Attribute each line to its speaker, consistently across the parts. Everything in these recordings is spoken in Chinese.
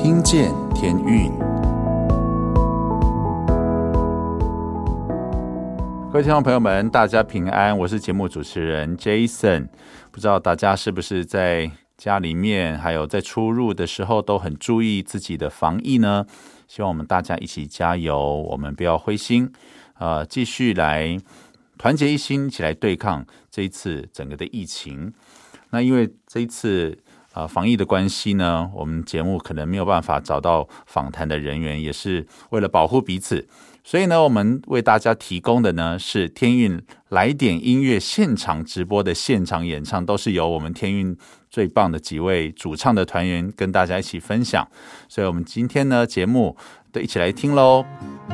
Speaker 1: 听见天韵。各位听众朋友们，大家平安，我是节目主持人 Jason。不知道大家是不是在家里面还有在出入的时候都很注意自己的防疫呢？希望我们大家一起加油，我们不要灰心，继续来团结一心，一起来对抗这一次整个的疫情。那因为这一次防疫的关系呢，我们节目可能没有办法找到访谈的人员，也是为了保护彼此。所以呢，我们为大家提供的呢是天韵来点音乐现场直播的现场演唱，都是由我们天韵最棒的几位主唱的团员跟大家一起分享。所以我们今天呢节目都一起来听咯。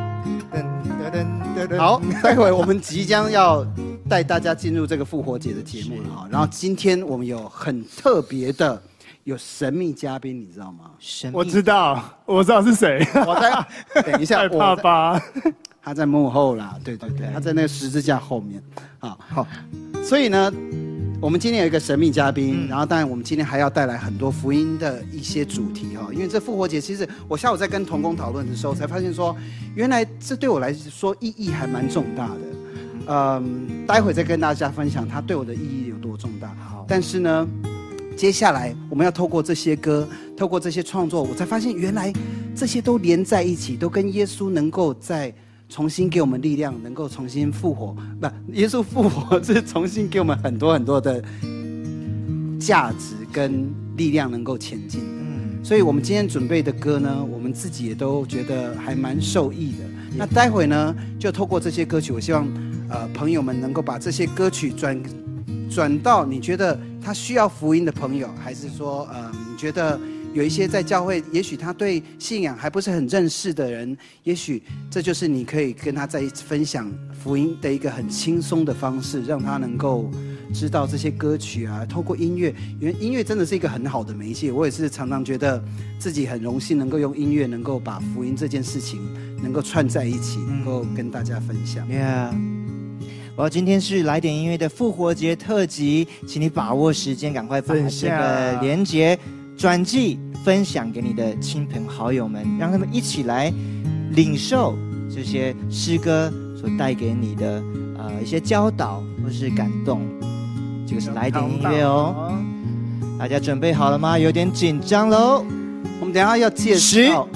Speaker 2: 好，待会我们即将要带大家进入这个复活节的节目了哈。然后今天我们有很特别的。有神秘嘉宾，你知道吗？
Speaker 3: 我知道是谁。
Speaker 2: 等一下，
Speaker 3: 爸爸，
Speaker 2: 他在幕后啦，对对对，他在那个十字架后面。好，所以呢，我们今天有一个神秘嘉宾，然后当然我们今天还要带来很多福音的一些主题哈。因为这复活节，其实我下午在跟同工讨论的时候，才发现说，原来这对我来说意义还蛮重大的。待会再跟大家分享它对我的意义有多重大。好，但是呢。接下来我们要透过这些歌，透过这些创作，我才发现原来这些都连在一起，都跟耶稣能够再重新给我们力量，能够重新复活。耶稣复活是重新给我们很多很多的价值跟力量，能够前进。所以我们今天准备的歌呢，我们自己也都觉得还蛮受益的。那待会呢，就透过这些歌曲，我希望朋友们能够把这些歌曲转到你觉得他需要福音的朋友，还是说你觉得有一些在教会也许他对信仰还不是很认识的人，也许这就是你可以跟他在分享福音的一个很轻松的方式，让他能够知道这些歌曲啊，透过音乐，因为音乐真的是一个很好的媒介。我也是常常觉得自己很荣幸能够用音乐能够把福音这件事情能够串在一起，能够跟大家分享。
Speaker 4: 今天是来点音乐的复活节特辑，请你把握时间，赶快把这个连结转寄分享给你的亲朋好友们，让他们一起来领受这些诗歌所带给你的一些教导或是感动。这个是来点音乐哦，大家准备好了吗？有点紧张喽。
Speaker 2: 我们等一下要介绍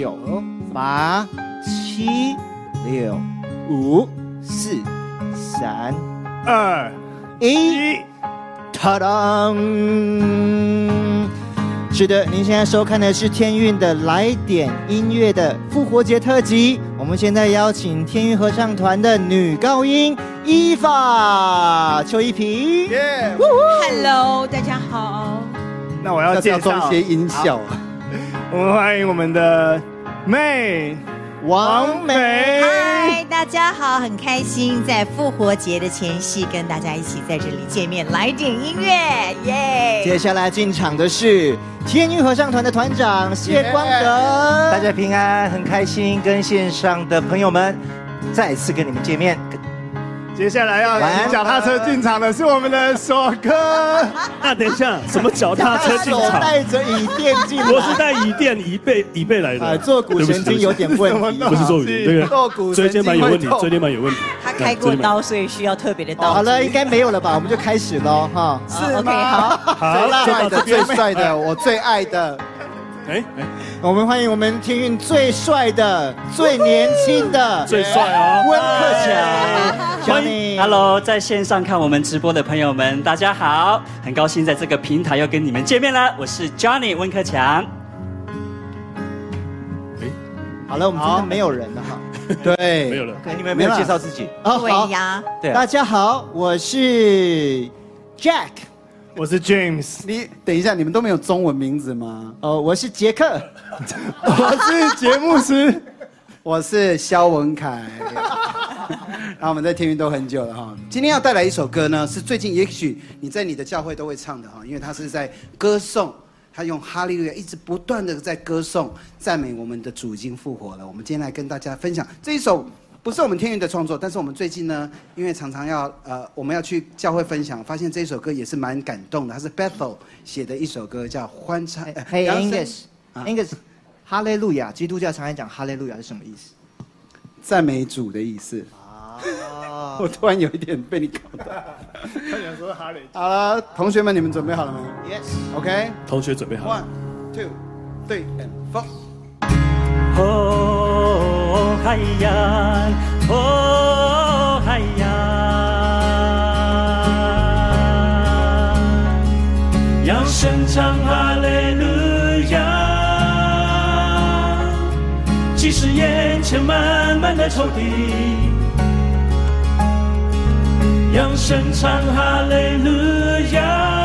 Speaker 4: 10、9、8、7、6、5、4、3、
Speaker 3: 2、1，
Speaker 4: 哒当！是的，您现在收看的是天韵的来点音乐的复活节特辑。我们现在邀请天韵合唱团的女高音伊法邱一萍。
Speaker 5: Hello， 大家好。
Speaker 3: 那我要介绍
Speaker 2: 一些音效。
Speaker 3: 我们欢迎我们的妹。王美，
Speaker 5: 嗨，大家好，很开心在复活节的前夕跟大家一起在这里见面，来点音乐，耶！
Speaker 4: 接下来进场的是天韵合唱团的团长谢光德，
Speaker 6: 大家平安，很开心跟线上的朋友们再次跟你们见面。
Speaker 3: 接下来要骑脚踏车进场的是我们的锁哥。
Speaker 7: 等一下，什么脚踏车进场？
Speaker 4: 带着椅垫进来。
Speaker 7: 我是带椅垫椅背来的。
Speaker 4: 坐骨神经有点问题。
Speaker 7: 不是坐骨，这个椎间盘有问题，椎间盘有问题。
Speaker 5: 他开过刀，所以需要特别的刀。
Speaker 4: 好了，应该没有了吧？我们就开始喽，哈。
Speaker 5: 是 OK， 好。
Speaker 2: 最帅的，我最爱的。
Speaker 4: 我们欢迎我们天韵最帅的、最年轻的、
Speaker 7: 最帅哦，
Speaker 4: 温克强，欢迎
Speaker 8: Hello， 在线上看我们直播的朋友们，大家好，很高兴在这个平台又跟你们见面了，我是 Johnny 温克强。
Speaker 4: 好了，我们今天没有人了哈，
Speaker 2: 对，
Speaker 7: 没有了，
Speaker 6: 你们没有介绍自己。
Speaker 5: 对呀，
Speaker 4: 大家好，我是 Jack。
Speaker 3: 我是 James。
Speaker 2: 你等一下，你们都没有中文名字吗？
Speaker 4: 我是杰克。
Speaker 3: 我是节目师。
Speaker 2: 我是萧文凯。然后我们在天韵都很久了哈。今天要带来一首歌呢，是最近也许你在你的教会都会唱的哈，因为它是在歌颂，他用哈利路亚一直不断的在歌颂赞美我们的主已经复活了。我们今天来跟大家分享这一首。不是我们天韵的创作，但是我们最近呢，因为常常要我们要去教会分享，发现这首歌也是蛮感动的。它是 Bethel 写的一首歌，叫《欢唱》。
Speaker 4: Hey Angus， 哈利路亚，基督教常常讲哈利路亚是什么意思？
Speaker 2: 赞美主的意思。我突然有一点被你搞到。
Speaker 3: 他想说哈利。
Speaker 2: 好了，同学们，你们准备好了吗
Speaker 4: ？Yes。OK。
Speaker 7: 同学准备好了。
Speaker 2: 1, 2, 3 and 4。
Speaker 8: 哦海洋，哦海洋，扬声唱哈利路亚，即使眼前满满的仇敌，扬声唱哈利路亚，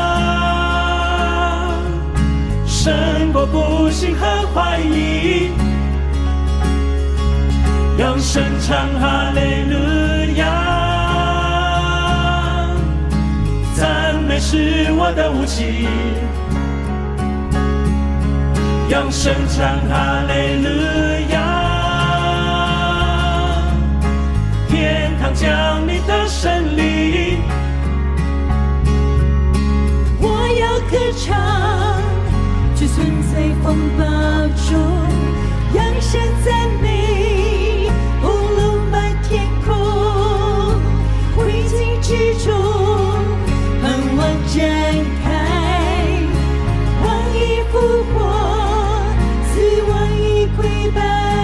Speaker 8: 胜过不信和怀疑。扬声唱哈利路亚，赞美是我的武器。扬声唱哈利路亚，天堂降临的胜利。
Speaker 9: 我要歌唱，就算在风暴中，扬声赞美。之中，盼望展开，望已复活，死亡已溃败。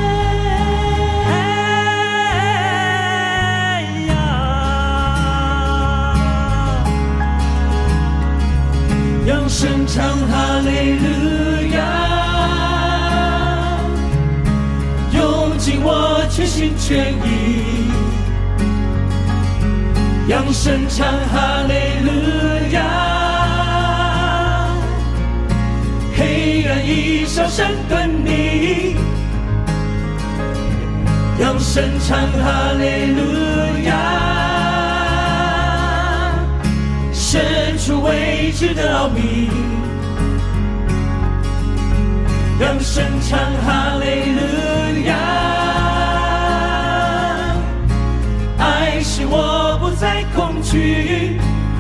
Speaker 8: 扬声唱哈利路亚，用尽我全心全意。扬声唱哈利路亚，黑暗已消散遁离。扬声唱哈利路亚，深处未知的奥秘。扬声唱哈利路亚，爱使我不再恐惧，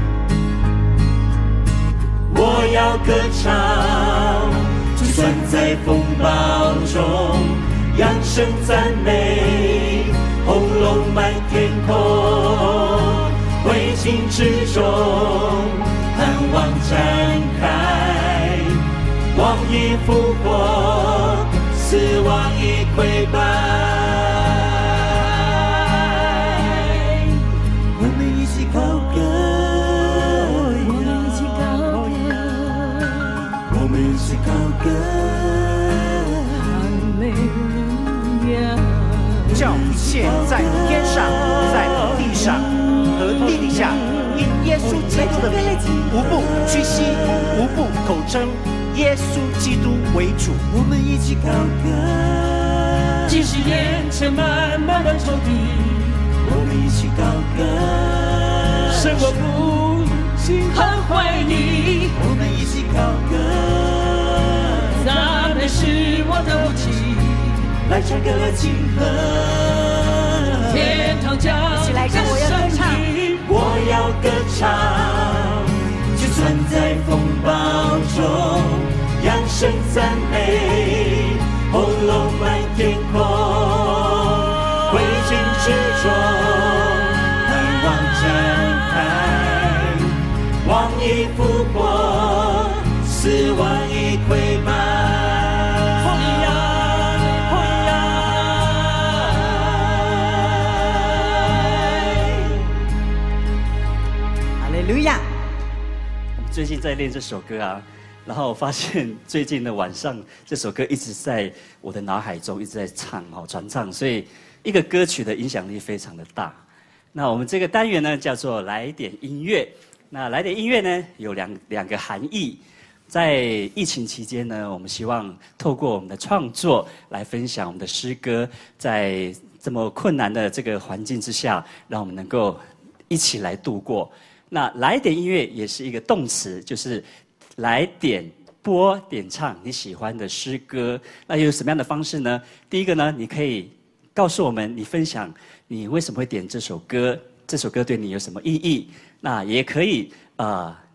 Speaker 8: 我要歌唱，就算在风暴中，扬声赞美，轰隆满天空，灰烬之中，盼望展开，光已复活，死亡已溃败。
Speaker 6: 叫一切在天上、在地上和地底下，因耶稣基督的名，无不屈膝，无不口称耶稣基督为主。
Speaker 9: 我们一起高歌，
Speaker 8: 即使眼前满满的仇敌，
Speaker 9: 我们一起高歌，
Speaker 8: 胜过不信和怀疑。
Speaker 9: 我们一起高歌，
Speaker 8: 赞美是我的武器。
Speaker 9: 来唱歌庆贺，
Speaker 8: 天堂降临，
Speaker 5: 一起来唱，我要歌唱，
Speaker 8: 我要歌唱，
Speaker 9: 就算在风暴中，
Speaker 8: 扬声赞美，轰隆满天空，灰烬之中，盼望展开，光已复活，死亡已溃败。
Speaker 5: 哈利路亚！
Speaker 8: 我们最近在练这首歌啊，然后我发现最近的晚上，这首歌一直在我的脑海中一直在唱传唱，所以一个歌曲的影响力非常的大。那我们这个单元呢叫做来点音乐。那来点音乐呢有两个含义。在疫情期间呢，我们希望透过我们的创作来分享我们的诗歌，在这么困难的这个环境之下，让我们能够一起来度过。那来点音乐也是一个动词，就是来点播点唱你喜欢的诗歌。那有什么样的方式呢？第一个呢，你可以告诉我们，你分享你为什么会点这首歌，这首歌对你有什么意义。那也可以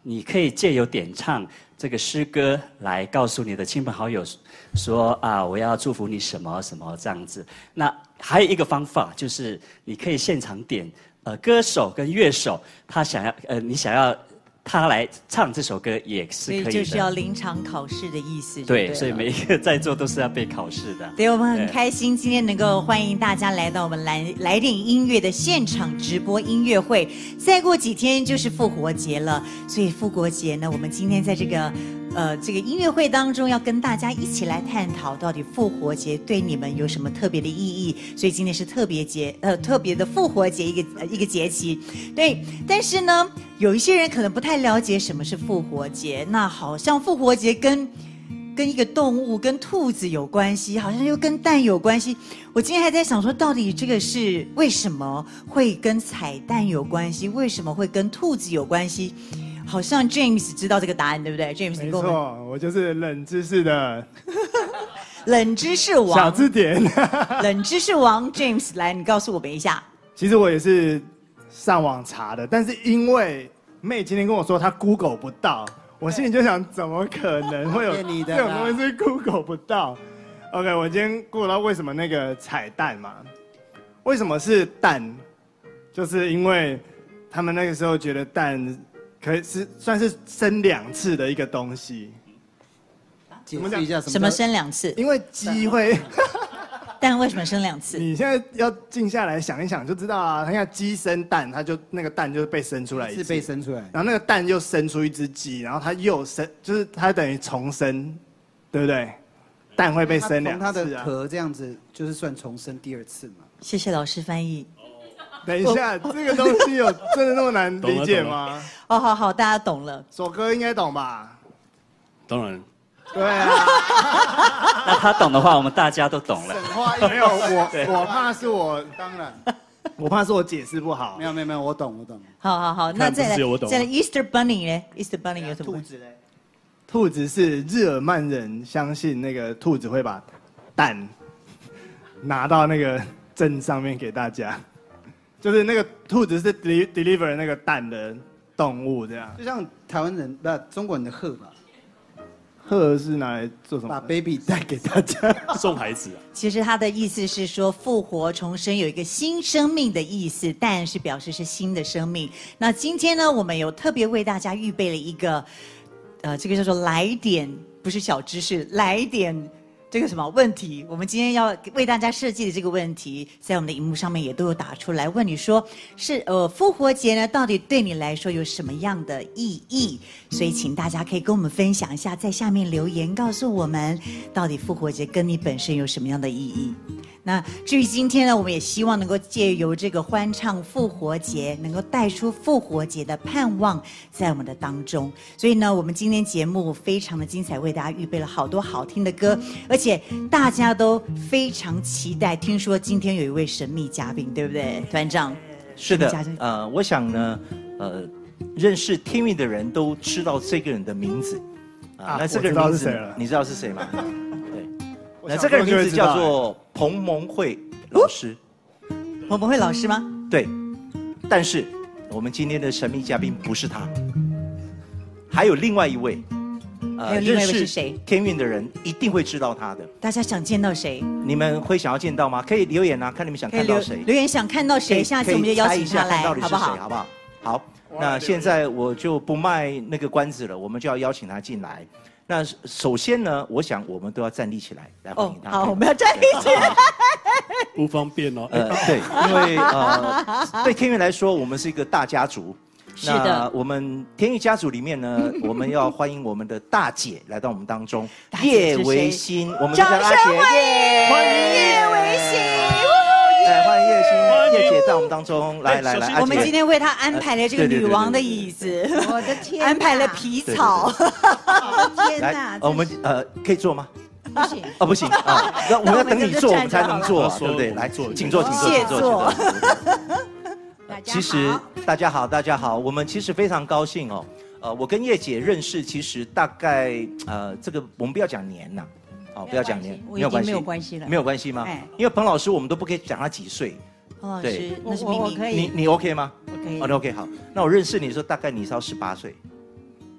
Speaker 8: 你可以借由点唱这个诗歌来告诉你的亲朋好友说啊，我要祝福你什么什么这样子。那还有一个方法就是你可以现场点歌手跟乐手，他想要你想要他来唱这首歌也是可以的。
Speaker 5: 所以就是要临场考试的意思。
Speaker 8: 对，所以每一个在座都是要被考试的。
Speaker 5: 对，我们很开心今天能够欢迎大家来到我们来点音乐的现场直播音乐会。再过几天就是复活节了，所以复活节呢，我们今天在这个音乐会当中要跟大家一起来探讨到底复活节对你们有什么特别的意义。所以今天是特别的复活节一个节气。对，但是呢，有一些人可能不太了解什么是复活节。那好像复活节跟一个动物跟兔子有关系，好像又跟蛋有关系。我今天还在想说，到底这个是为什么会跟彩蛋有关系？为什么会跟兔子有关系？好像 James 知道这个答案，对不对 ？James，
Speaker 3: 没错，我就是冷知识的
Speaker 5: 冷知识王
Speaker 3: 小字典，
Speaker 5: 冷知识王 James， 来，你告诉我们一下。
Speaker 3: 其实我也是上网查的，但是因为妹今天跟我说她 Google 不到，我心里就想，怎么可能会有这种东西是 Google 不到 ？OK， 我今天 Google 到为什么那个彩蛋嘛？为什么是蛋？就是因为他们那个时候觉得蛋可以算是生2次的一个东西。
Speaker 2: 解释一下
Speaker 5: 什么生2次？
Speaker 3: 因为鸡会。
Speaker 5: 蛋为什么生2次？
Speaker 3: 你现在要静下来想一想就知道啊。你看鸡生蛋，它就那个蛋就是被生出来一次，
Speaker 2: 被生出来，
Speaker 3: 然后那个蛋又生出一只鸡，然后它又生，就是它等于重生，对不对？蛋会被生2次啊。
Speaker 2: 从它的壳这样子，就是算重生第2次嘛。
Speaker 5: 谢谢老师翻译。
Speaker 3: 等一下，这个东西有真的那么难理解吗？
Speaker 5: 哦，好，大家懂了。
Speaker 3: 索哥应该懂吧？
Speaker 7: 当然。
Speaker 3: 对啊。
Speaker 8: 那他懂的话，我们大家都懂了。
Speaker 3: 神话没有我怕是我当然，我怕是我解释不好。
Speaker 2: 没有，我懂。
Speaker 5: 好，那再来 Easter Bunny 呢 ？Easter Bunny 有什么？
Speaker 3: 兔子嘞？兔子是日耳曼人相信那个兔子会把蛋拿到那个镇上面给大家。就是那个兔子是 deliver 那个蛋的动物，这样。
Speaker 2: 就像台湾人中国人的鹤吧。
Speaker 3: 鹤是拿来做什么？
Speaker 2: 把 baby 带给大家，
Speaker 7: 送孩子啊。
Speaker 5: 其实他的意思是说，复活重生有一个新生命的意思，蛋是表示是新的生命。那今天呢，我们有特别为大家预备了一个，这个叫做来点，不是小知识，来点。这个什么问题？我们今天要为大家设计的这个问题，在我们的荧幕上面也都有打出来。问你说，是复活节呢，到底对你来说有什么样的意义？所以，请大家可以跟我们分享一下，在下面留言告诉我们，到底复活节跟你本身有什么样的意义？那至于今天呢，我们也希望能够借由这个欢唱复活节，能够带出复活节的盼望在我们的当中。所以呢，我们今天节目非常的精彩，为大家预备了好多好听的歌，而且大家都非常期待。听说今天有一位神秘嘉宾，对不对，团长？
Speaker 6: 是的，我想呢，认识天韵的人都知道这个人的名字
Speaker 3: 那这个人名字
Speaker 6: 你知道是谁吗？那这个人名字叫做彭蒙慧老师。
Speaker 5: 彭蒙慧老师吗？
Speaker 6: 对，但是我们今天的神秘嘉宾不是他，还有另外一位。
Speaker 5: 还有另外一位是谁？
Speaker 6: 天韵的人一定会知道他的。
Speaker 5: 大家想见到谁？
Speaker 6: 你们会想要见到吗？可以留言啊，看你们想看到谁。
Speaker 5: 留言想看到谁，下次我们就邀请他来，好不好？
Speaker 6: 好不好？好，那现在我就不卖那个关子了，我们就要邀请他进来。那首先呢，我想我们都要站立起来来欢迎他。
Speaker 5: 好，我们要站立起来。
Speaker 7: 不方便哦。
Speaker 6: 对，因为对天韵来说，我们是一个大家族。
Speaker 5: 是的。
Speaker 6: 那我们天韵家族里面呢，我们要欢迎我们的大姐来到我们当中，叶维新，我们
Speaker 5: 掌声欢迎叶维新。
Speaker 6: 欢迎叶姐在我们当中，来，
Speaker 5: 我们今天为她安排了这个女王的椅子，
Speaker 10: 我的天，
Speaker 5: 安排了皮草，
Speaker 10: 天哪！
Speaker 6: 我们可以坐吗？
Speaker 10: 不行
Speaker 6: 不行啊！那我们要等你坐，我们才能坐，对不对？来，请坐。
Speaker 5: 谢坐。
Speaker 6: 其实大家好，我们其实非常高兴哦。我跟叶姐认识，其实大概这个我们不要讲年呐。不要讲年，
Speaker 10: 没有关系，没有关系了，
Speaker 6: 没有关系吗？因为彭老师我们都不可以讲他几岁。
Speaker 5: 彭老师，那是秘密。
Speaker 6: 你 OK 吗？
Speaker 5: 我可以。
Speaker 6: OK 好，那我认识你的时候，大概你是要18岁。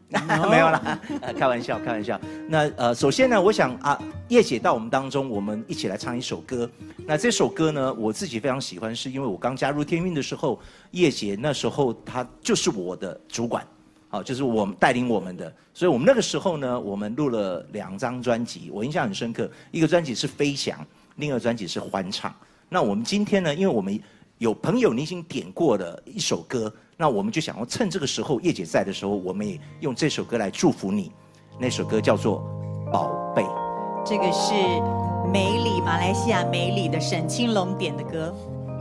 Speaker 6: 没有啦，开玩笑，开玩笑。那首先呢，我想叶姐到我们当中，我们一起来唱一首歌。那这首歌呢，我自己非常喜欢，是因为我刚加入天韵的时候，叶姐那时候她就是我的主管，好，就是我们带领我们的。所以我们那个时候呢，我们录了2张专辑，我印象很深刻。一个专辑是《飞翔》，另一个专辑是《欢唱》。那我们今天呢，因为我们有朋友你已经点过的一首歌。那我们就想要趁这个时候，叶姐在的时候，我们也用这首歌来祝福你。那首歌叫做《宝贝》，
Speaker 5: 这个是梅里，马来西亚梅里的沈清龙点的歌。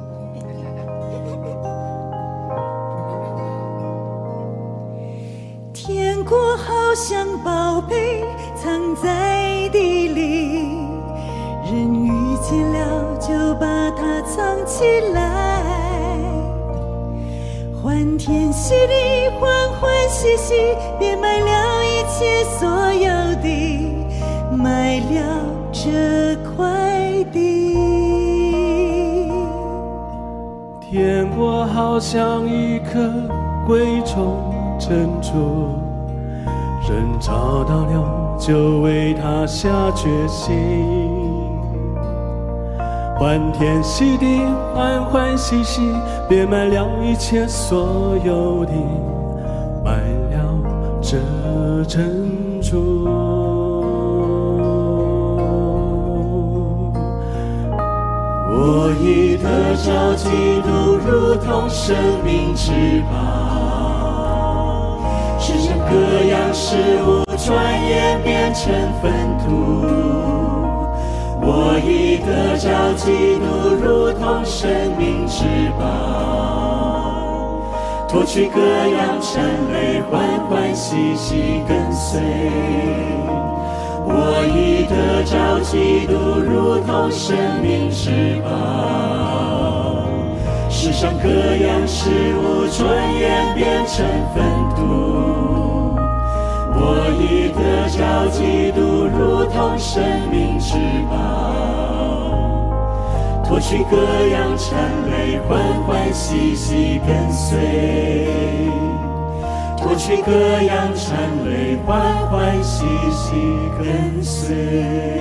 Speaker 9: 天国好像宝贝藏在地里，人遇见了就把它藏起来。欢天喜地，欢欢喜喜，别卖了一切所有的，卖了这块地。
Speaker 7: 天国好像一颗贵重珍珠，人找到了就为它下决心。欢天喜地，欢欢喜喜，别卖了一切所有的，卖了这珍珠。我已得着基督，如同生命之宝，世上各样事物转眼变成粪土。我已得着基督，如同生命之宝，脱去各样尘累，欢欢喜喜跟随。我已得着基督，如同生命之宝，世上各样事物转眼变成粪土。我已得着基督，如同生命之宝，脱去各样尘累，欢欢喜喜跟随。脱去各样尘累，欢欢喜喜跟随。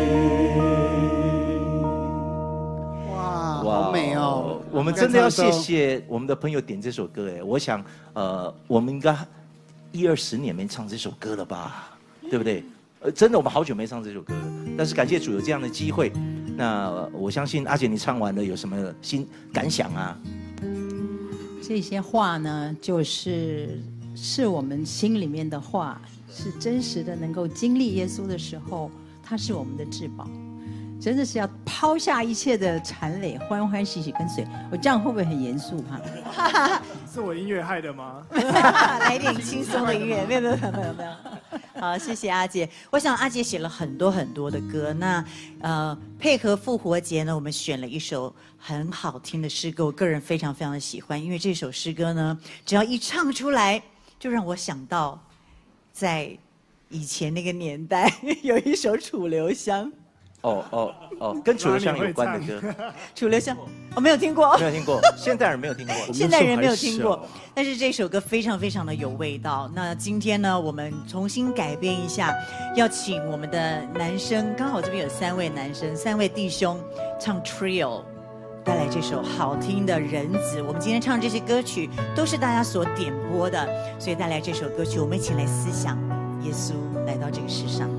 Speaker 2: 哇，好美哦！
Speaker 6: 我们真的要谢谢我们的朋友点这首歌哎，我想我们应该10-20年没唱这首歌了吧，对不对？真的我们好久没唱这首歌了，但是感谢主有这样的机会。那我相信阿姐你唱完了有什么新感想啊？
Speaker 10: 这些话呢，是我们心里面的话，是真实的，能够经历耶稣的时候，他是我们的至宝。真的是要抛下一切的缠累，欢欢喜喜跟随。我这样会不会很严肃哈？
Speaker 3: 是我音乐害的吗？
Speaker 5: 来点轻松的音乐，没有。好，谢谢阿姐。我想阿姐写了很多很多的歌，那配合复活节呢，我们选了一首很好听的诗歌，我个人非常非常的喜欢，因为这首诗歌呢，只要一唱出来，就让我想到在以前那个年代有一首《楚留香》。
Speaker 6: 跟楚留香有关的歌。
Speaker 5: 楚留香，没有听过，
Speaker 6: 没有听过，现代人没有听过，
Speaker 5: 现代人没有听过。但是这首歌非常非常的有味道。那今天呢，我们重新改编一下，要请我们的男生，刚好这边有3位男生，3位弟兄唱 trio， 带来这首好听的《人子》。我们今天唱这些歌曲都是大家所点播的，所以带来这首歌曲，我们一起来思想耶稣来到这个世上。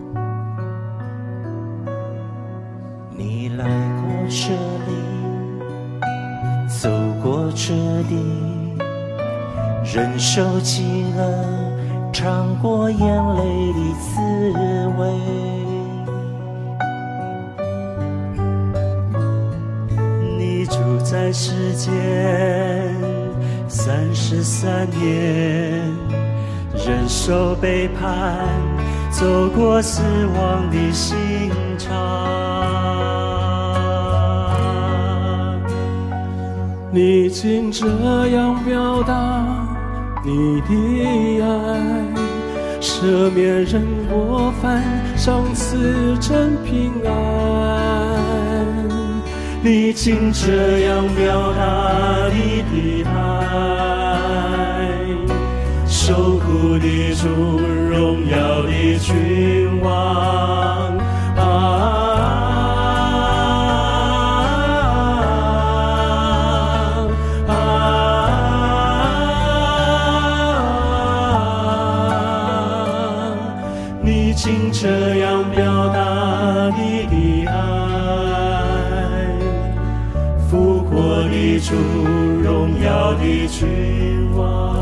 Speaker 11: 你来过这里，走过这里，忍受极了尝过眼泪的滋味。你住在世间33年，忍受背叛，走过死亡的刑场。
Speaker 7: 你竟这样表达你的爱，赦免人过犯，赏赐真平安。
Speaker 11: 你竟这样表达你的爱，受苦的主，荣耀的君王。你竟这样表达你的爱，复活的主，荣耀的君王。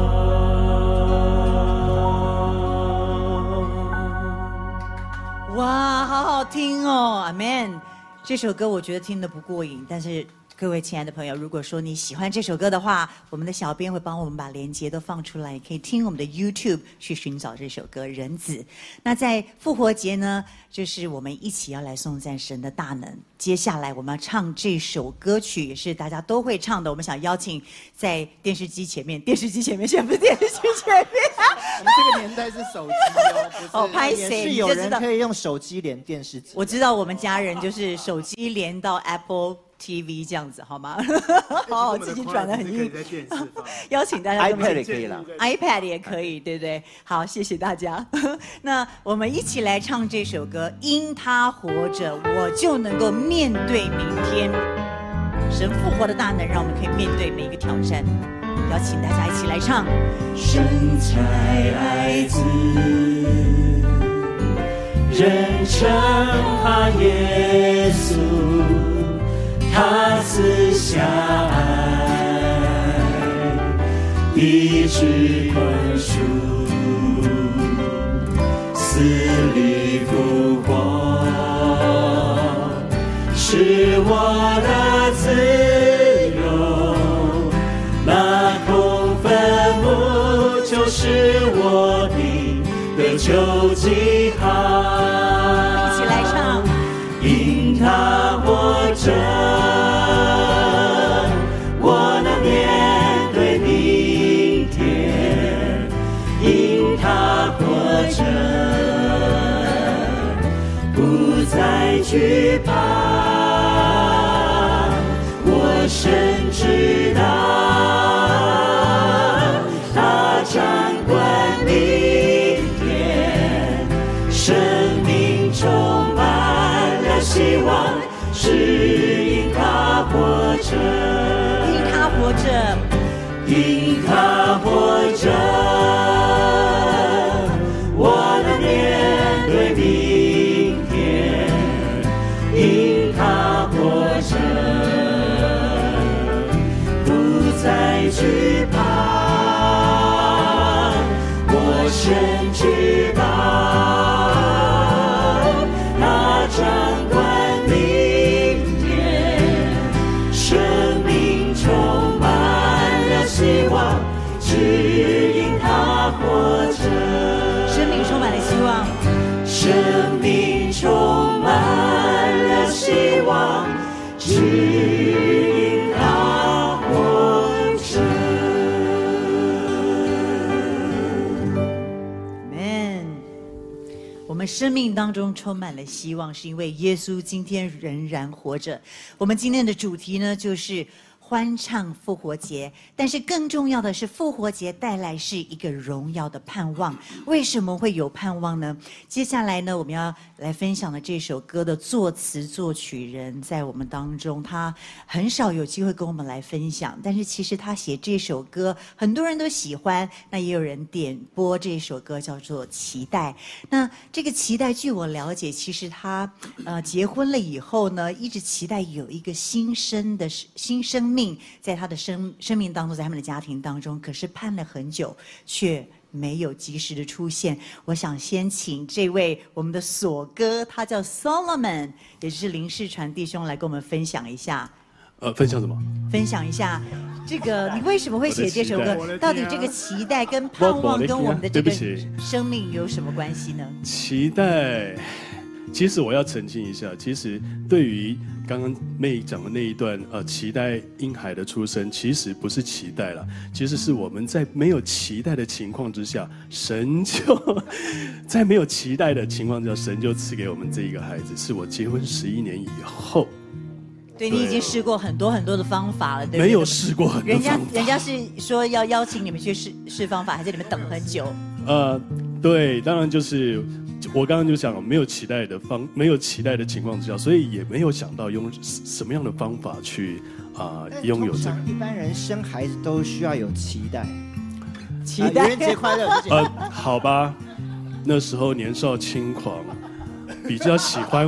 Speaker 5: 哇，好好听哦，阿们。这首歌我觉得听得不过瘾，但是各位亲爱的朋友，如果说你喜欢这首歌的话，我们的小编会帮我们把链接都放出来，可以听我们的 YouTube 去寻找这首歌《人子》。那在复活节呢，就是我们一起要来颂赞神的大能。接下来我们要唱这首歌曲，也是大家都会唱的。我们想邀请在电视机前面，现在不是电视机前面，
Speaker 2: 我们这个年代是手机哦，
Speaker 5: 拍谁
Speaker 4: 是有人可以用手机连电视机。
Speaker 5: 我知道我们家人就是手机连到 Apple TV 这样子，好吗？好，自己转得很硬。邀请大家
Speaker 6: ，iPad 也可以啦
Speaker 5: ，iPad 也可以，对不对？好，谢谢大家。那我们一起来唱这首歌，因他活着，我就能够面对明天。神复活的大能，让我们可以面对每一个挑战。邀请大家一起来唱。
Speaker 7: 神差爱子，人称他耶稣。他赐下爱，医治宽恕，死里复活，是我的自由。那空坟墓就是我的救记号。
Speaker 5: 一起来唱。
Speaker 7: 因他活着，我能面对明天。因他活着，不再惧怕。我深知道，他掌管明天，生命充满了希望，是因他活着，
Speaker 5: 因他活着，
Speaker 7: 因他活着，我能面对明天。因他活着，不再惧怕。我深知道，他掌管明天，生命充满了希望，只因他活着。
Speaker 5: 生命充满了希望，
Speaker 7: 生命充满了希望，只因他活着。
Speaker 5: Amen。我们生命当中充满了希望，是因为耶稣今天仍然活着。我们今天的主题呢，就是欢唱复活节，但是更重要的是，复活节带来是一个荣耀的盼望。为什么会有盼望呢？接下来呢，我们要来分享的这首歌的作词作曲人在我们当中，他很少有机会跟我们来分享，但是其实他写这首歌，很多人都喜欢，那也有人点播这首歌叫做《期待》。那这个期待，据我了解，其实他结婚了以后呢，一直期待有一个新生命在他的生命当中，在他们的家庭当中，可是盼了很久，却没有及时的出现。我想先请这位我们的锁哥，他叫 Solomon， 也就是林世传弟兄来跟我们分享一下。
Speaker 12: 分享什么？
Speaker 5: 分享一下这个你为什么会写这首歌？到底这个期待跟盼望跟我们的这个生命有什么关系呢？
Speaker 12: 期待，其实我要澄清一下，其实对于刚刚妹讲的那一段，期待婴孩的出生，其实不是期待了，其实是我们在没有期待的情况之下，神就在没有期待的情况之下，神就赐给我们这一个孩子，是我结婚11年以后。
Speaker 5: 对，你已经试过很多很多的方法了，对不对？
Speaker 12: 没有试过很多方法。
Speaker 5: 人家是说要邀请你们去试方法，还是你们等很久？
Speaker 12: 对，当然就是我刚刚就讲没有期待的情况之下，所以也没有想到用什么样的方法去拥有这个。
Speaker 4: 一般人生孩子都需要有期待，
Speaker 2: 期待。愚人节快乐。
Speaker 12: 好吧，那时候年少轻狂，比较喜欢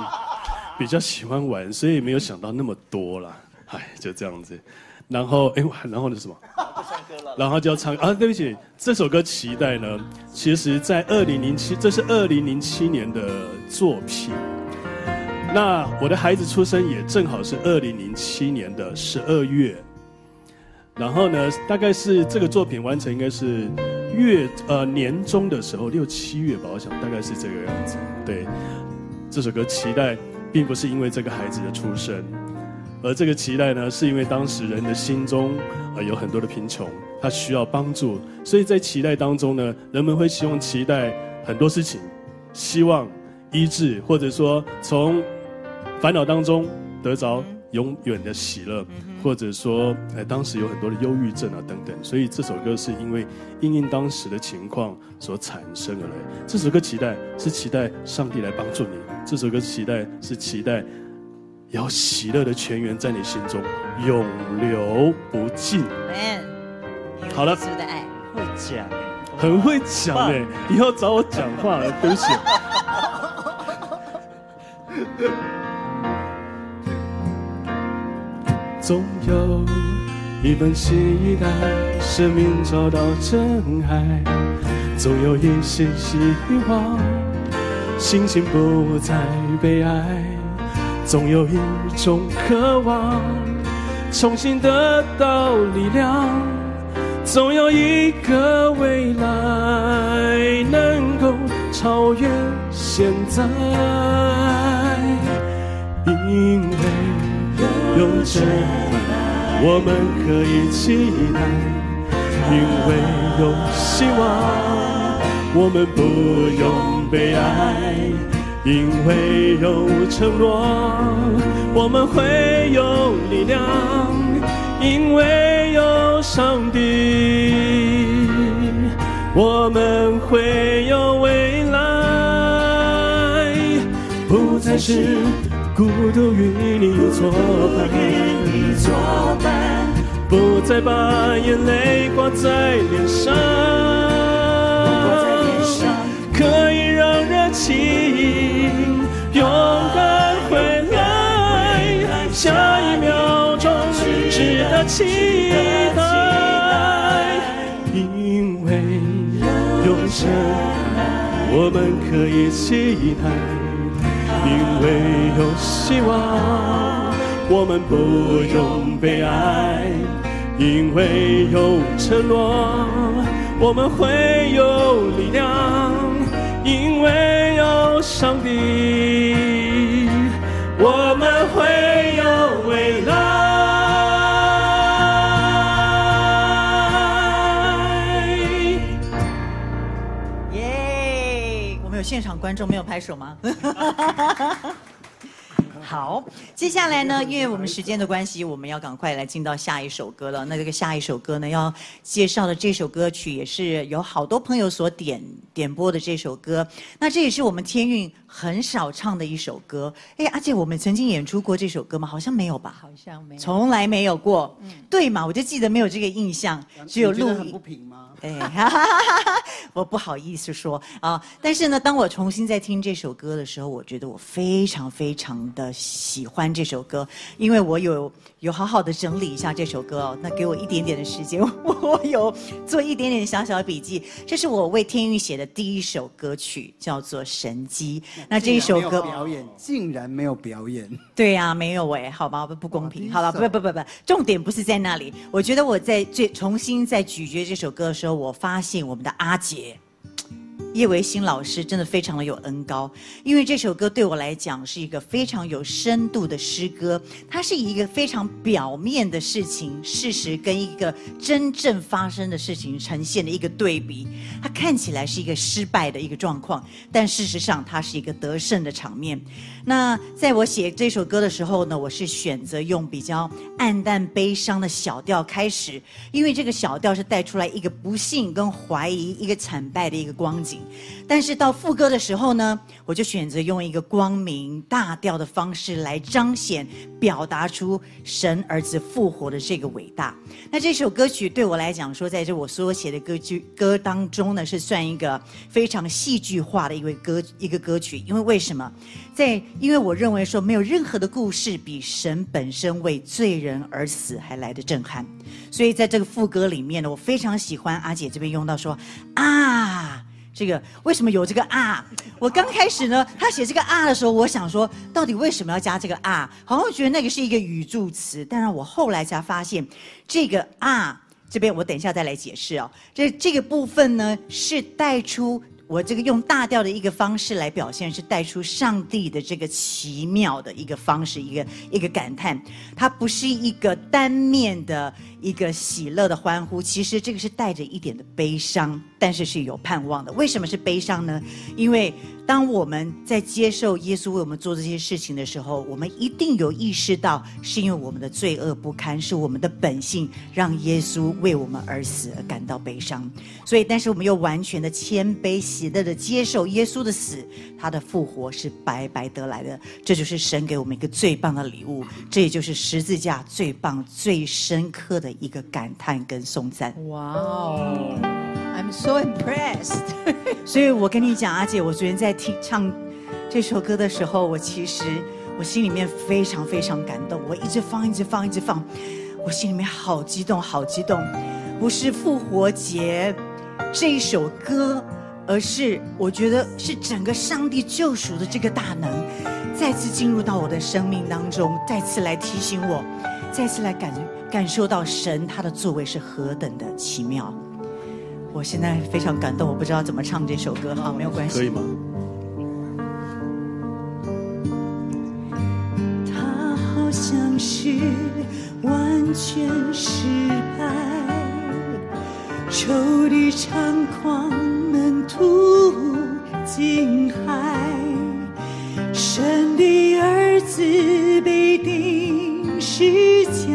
Speaker 12: 玩，所以没有想到那么多啦。就这样子。然后然后呢什么？然后就要唱对不起，这首歌《期待》呢，其实在2007，这是2007年的作品。那我的孩子出生也正好是2007年的12月。然后呢，大概是这个作品完成应该是年中的时候，6、7月吧，我想大概是这个样子。对，这首歌《期待》并不是因为这个孩子的出生。而这个期待呢，是因为当时人的心中有很多的贫穷，他需要帮助，所以在期待当中呢，人们会希望期待很多事情，希望医治，或者说从烦恼当中得着永远的喜乐，或者说当时有很多的忧郁症等等，所以这首歌是因应当时的情况所产生而来。这首歌期待是期待上帝来帮助你，这首歌期待是期待有喜乐的泉源在你心中永流不尽。好了，
Speaker 5: 的爱
Speaker 8: 会讲，
Speaker 12: 很会讲哎，以后找我讲话了，对不起。总有一份期待，生命找到真爱；总有一些希望，心情不再悲哀。总有一种渴望，重新得到力量；总有一个未来，能够超越现在。因为有真爱，我们可以期待；因为有希望，我们不用悲哀。因为有承诺，我们会有力量；因为有上帝，我们会有未来。不再是孤独与你作伴，不再把眼泪挂在脸上，可以让热情勇敢回来，下一秒钟值得期待。因为有真爱，我们可以期待；因为有希望，我们不用悲哀；因为有承诺，我们会有力量；因为有上帝，我们会有未来。
Speaker 5: 耶！我们有现场观众没有拍手吗？好，接下来呢，因为我们时间的关系，我们要赶快来进到下一首歌了。那这个下一首歌呢，要介绍的这首歌曲也是有好多朋友所点播的这首歌。那这也是我们天韵很少唱的一首歌。阿姐，我们曾经演出过这首歌吗？好像没有吧？
Speaker 10: 好像没有，
Speaker 5: 从来没有过。对嘛？我就记得没有这个印象，只有录音。
Speaker 2: 很不平吗？
Speaker 5: 我不好意思说啊。但是呢，当我重新在听这首歌的时候，我觉得我非常非常的喜欢这首歌，因为我有好好的整理一下这首歌哦。那给我一点点的时间，我有做一点点小小的笔记。这是我为天韵写的第一首歌曲，叫做《神机》。那这一首歌
Speaker 2: 竟然没有表演，
Speaker 5: 对呀，没有好吧，不公平。好了，不，重点不是在那里。我觉得我在重新在咀嚼这首歌的时候，我发现我们的阿姐叶维新老师真的非常的有恩高，因为这首歌对我来讲是一个非常有深度的诗歌，它是一个非常表面的事情、事实跟一个真正发生的事情呈现的一个对比。它看起来是一个失败的一个状况，但事实上它是一个得胜的场面。那在我写这首歌的时候呢，我是选择用比较暗淡悲伤的小调开始，因为这个小调是带出来一个不幸跟怀疑、一个惨败的一个光景。但是到副歌的时候呢，我就选择用一个光明大调的方式来彰显、表达出神儿子复活的这个伟大。那这首歌曲对我来讲说，在这我所写的歌当中呢，是算一个非常戏剧化的一个歌曲。因为为什么？因为我认为说，没有任何的故事比神本身为罪人而死还来得震撼。所以在这个副歌里面呢，我非常喜欢阿姐这边用到说啊。这个为什么有这个啊？我刚开始呢，他写这个啊的时候，我想说，到底为什么要加这个啊？好像觉得那个是一个语助词，但是我后来才发现，这个啊这边我等一下再来解释哦。这个部分呢，是带出我这个用大调的一个方式来表现，是带出上帝的这个奇妙的一个方式，一个感叹。它不是一个单面的一个喜乐的欢呼，其实这个是带着一点的悲伤，但是是有盼望的。为什么是悲伤呢？因为当我们在接受耶稣为我们做这些事情的时候，我们一定有意识到，是因为我们的罪恶不堪，是我们的本性让耶稣为我们而死而感到悲伤。所以但是我们又完全的谦卑喜乐的接受耶稣的死，他的复活是白白得来的。这就是神给我们一个最棒的礼物，这也就是十字架最棒最深刻的一个感叹跟颂赞。
Speaker 10: 哇哦 I'm so impressed
Speaker 5: 所以我跟你讲，阿姐，我昨天在唱这首歌的时候，我其实我心里面非常非常感动，我一直放，我心里面好激动好激动。不是复活节这一首歌，而是我觉得是整个上帝救赎的这个大能再次进入到我的生命当中，再次来提醒我，再次来感受到神他的作为是何等的奇妙。我现在非常感动，我不知道怎么唱这首歌，好，没有关系。
Speaker 12: 可以吗？
Speaker 9: 他好像是完全失败，仇敌猖狂门徒惊骇，神的儿子被钉十架，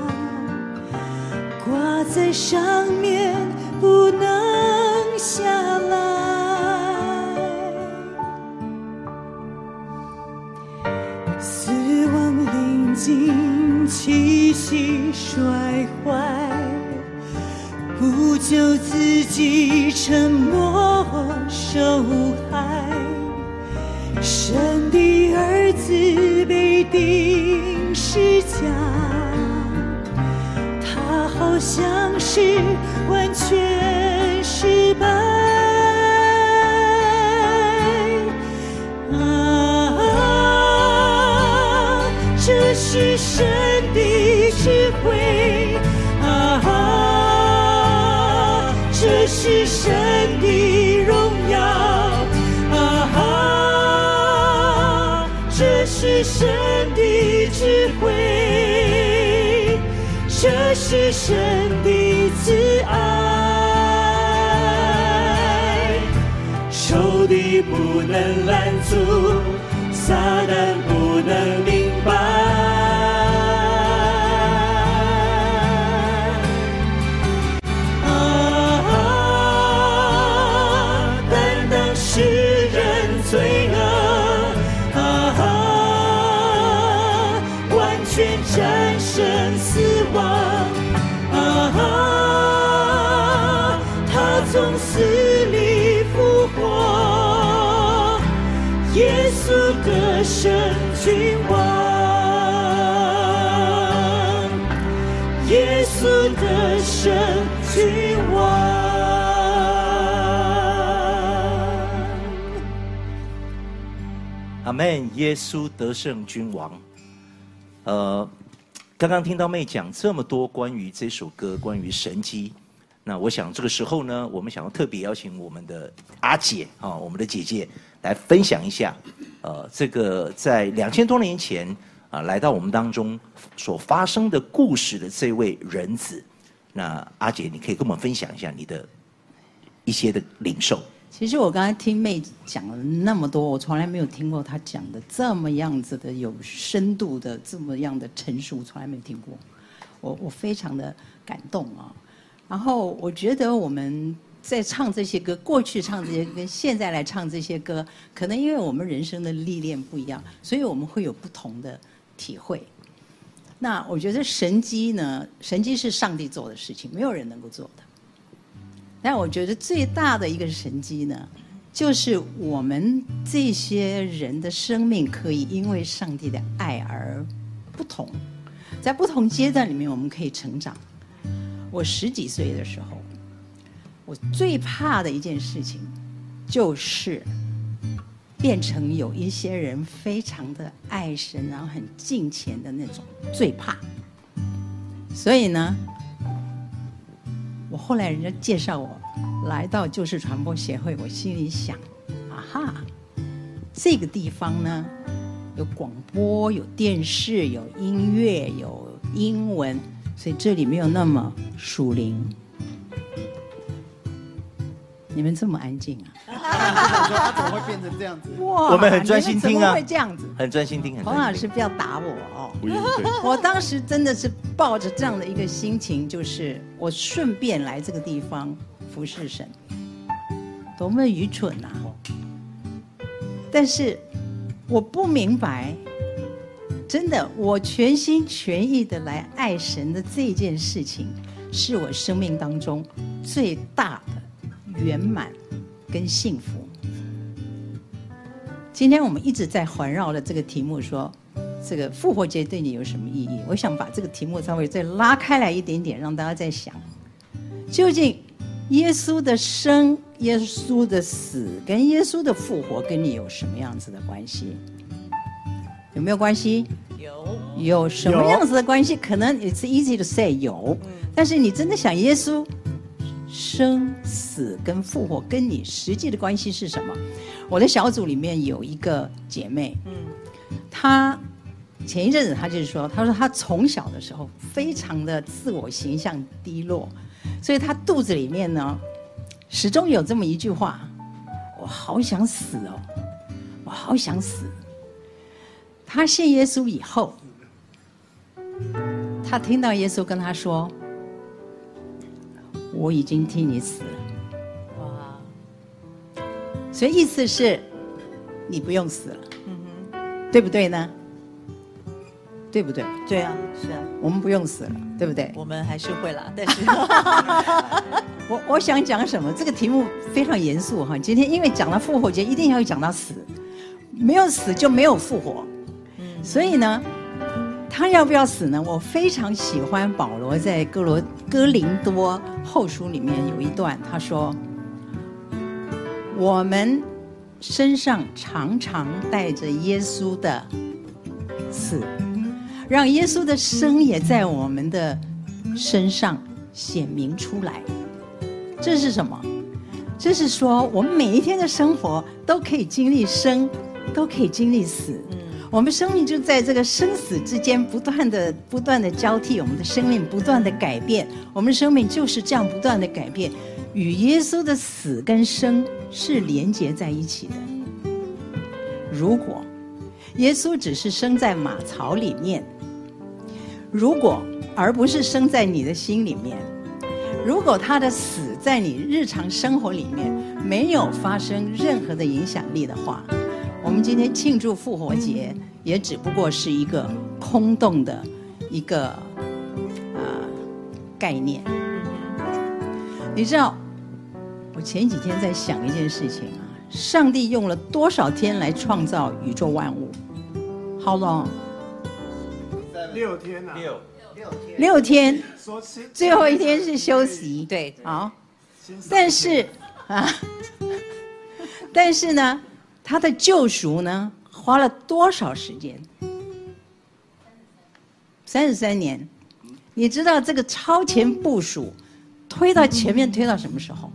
Speaker 9: 挂在上面不能下来，死亡临近，气息衰坏，不救自己沉默受害，神的儿子被钉十架，他好像是完全失败啊，这是神的智慧啊，这是神的荣耀啊，这是神的智慧，这是神的慈爱，仇敌不能拦阻，撒旦不能明白啊，担当世人罪恶啊，完全战胜死亡啊，他从死里复活，耶稣得胜君王，耶稣得胜君王。
Speaker 6: 阿们，耶稣得胜君王。刚刚听到妹讲这么多关于这首歌，关于神迹， 那我想这个时候呢，我们想要特别邀请我们的阿姐啊，我们的姐姐来分享一下，这个在2000多年前啊来到我们当中所发生的故事的这位人子。那阿姐，你可以跟我们分享一下你的一些的领受。
Speaker 10: 其实我刚才听妹讲了那么多，我从来没有听过她讲的这么样子的有深度的这么样的陈述，从来没有听过。我非常的感动啊。然后我觉得我们在唱这些歌，过去唱这些歌跟现在来唱这些歌，可能因为我们人生的历练不一样，所以我们会有不同的体会。那我觉得神迹呢，神迹是上帝做的事情，没有人能够做的。但我觉得最大的一个神迹呢，就是我们这些人的生命可以因为上帝的爱而不同，在不同阶段里面我们可以成长。我10几岁的时候，我最怕的一件事情就是变成有一些人非常的爱神，然后很敬虔的那种，最怕。所以呢，我后来人家介绍我来到救世传播协会，我心里想，啊哈，这个地方呢有广播、有电视、有音乐、有英文，所以这里没有那么属灵。你们这么安静啊？
Speaker 2: 他怎么会变成这样子？
Speaker 6: 哇，我们很专心听啊，
Speaker 10: 怎么会这样子？
Speaker 6: 很专心听，
Speaker 10: 洪老师不要打我哦。
Speaker 12: 不用，对。
Speaker 10: 我当时真的是抱着这样的一个心情，就是我顺便来这个地方服侍神，多么愚蠢啊！但是我不明白，真的，我全心全意的来爱神的这件事情，是我生命当中最大的圆满跟幸福。今天我们一直在环绕的这个题目说，这个复活节对你有什么意义？我想把这个题目稍微再拉开来一点点，让大家在想，究竟耶稣的生、耶稣的死跟耶稣的复活跟你有什么样子的关系？有没有关系？有什么样子的关系？可能 it's easy to say 有，但是你真的想耶稣生死跟复活跟你实际的关系是什么？我的小组里面有一个姐妹，她前一阵子她就是说，她说她从小的时候非常的自我形象低落，所以她肚子里面呢始终有这么一句话：我好想死哦，我好想死。她信耶稣以后，她听到耶稣跟她说，我已经替你死了。哇！所以意思是，你不用死了，对不对呢？对不对？
Speaker 5: 对啊，是啊，
Speaker 10: 我们不用死了，对不对？
Speaker 5: 我们还是会啦，但是
Speaker 10: 我想讲什么？这个题目非常严肃哈。今天因为讲到复活节，一定要讲到死，没有死就没有复活。所以呢，他要不要死呢？我非常喜欢保罗在哥林多后书里面有一段，他说：我们身上常常带着耶稣的死，让耶稣的生也在我们的身上显明出来。这是什么？这是说我们每一天的生活都可以经历生，都可以经历死。我们生命就在这个生死之间不断的交替，我们的生命不断的改变，我们生命就是这样不断的改变，与耶稣的死跟生是连结在一起的。如果耶稣只是生在马槽里面，如果而不是生在你的心里面，如果他的死在你日常生活里面没有发生任何的影响力的话，我们今天庆祝复活节，也只不过是一个空洞的一个概念。你知道，我前几天在想一件事情啊，上帝用了多少天来创造宇宙万物 ？How long？
Speaker 3: 6天啊
Speaker 10: ，6天，最后一天是休息。
Speaker 5: 对，
Speaker 10: 好，但是呢，他的救赎呢，花了多少时间？33年。你知道这个超前部署推到前面，推到什么时候？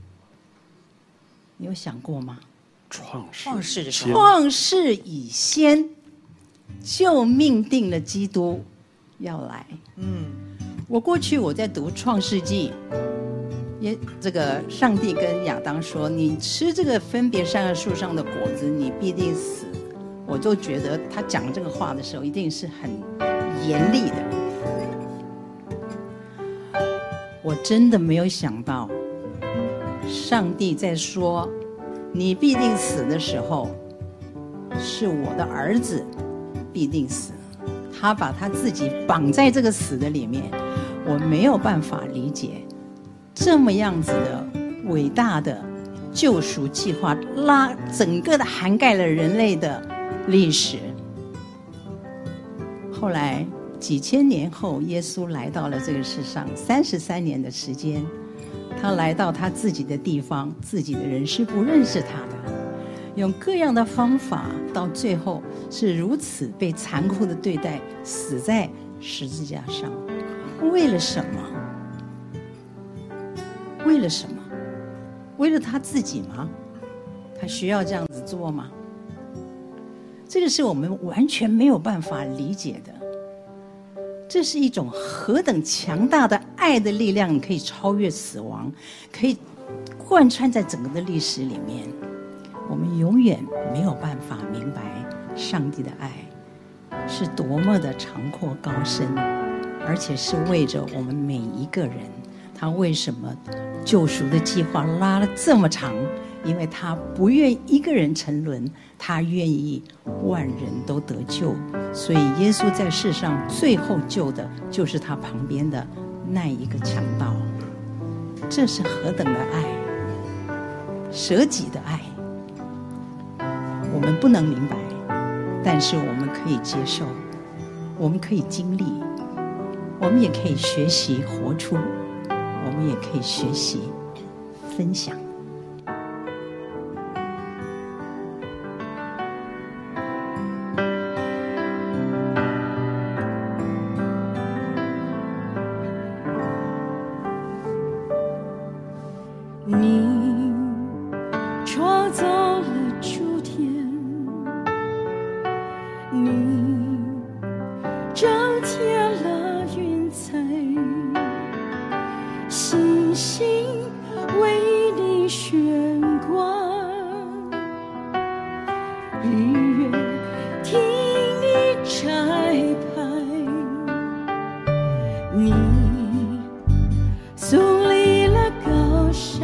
Speaker 10: 你有想过吗？
Speaker 5: 创世的时候，
Speaker 10: 创世以先就命定了基督要来。我过去我在读创世纪，这个上帝跟亚当说：“你吃这个分别善恶树上的果子，你必定死。”我就觉得他讲这个话的时候，一定是很严厉的。我真的没有想到，上帝在说“你必定死”的时候，是我的儿子必定死。他把他自己绑在这个死的里面，我没有办法理解这么样子的伟大的救赎计划，整个的涵盖了人类的历史。后来几千年后，耶稣来到了这个世上，33年的时间，他来到他自己的地方，自己的人是不认识他的，用各样的方法，到最后是如此被残酷的对待，死在十字架上。为了什么？为了什么？为了他自己吗？他需要这样子做吗？这个是我们完全没有办法理解的。这是一种何等强大的爱的力量，可以超越死亡，可以贯穿在整个的历史里面。我们永远没有办法明白上帝的爱是多么的长阔高深，而且是为着我们每一个人。他为什么救赎的计划拉了这么长？因为他不愿一个人沉沦，他愿意万人都得救。所以耶稣在世上最后救的就是他旁边的那一个强盗。这是何等的爱，舍己的爱。我们不能明白，但是我们可以接受，我们可以经历，我们也可以学习活出，我们也可以学习分享。
Speaker 9: 你创造了诸天，你增添了云彩，星星为你悬挂，日月听你摘排，你耸立了高山，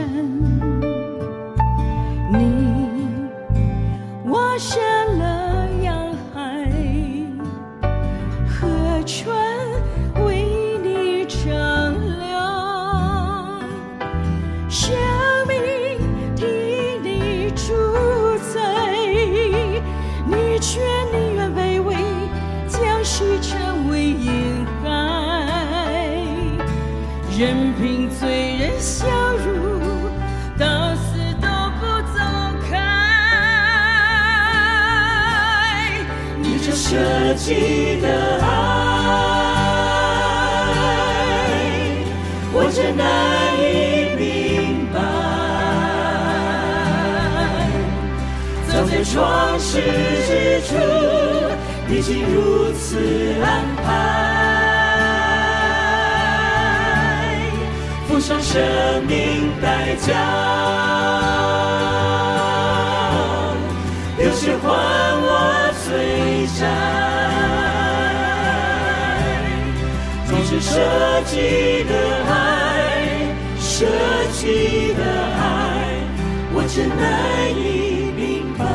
Speaker 9: 你挖深了洋海，河川为你丈量，生命替你主宰，你却宁愿卑微，将世成为婴孩，任凭罪人笑辱，到死都不走开。你这舍己的爱，我真难以明白。早在创世之初，你竟如此安排，付上生命代价，流血换我罪债。你是舍己的爱，舍己的爱，我真难以明白。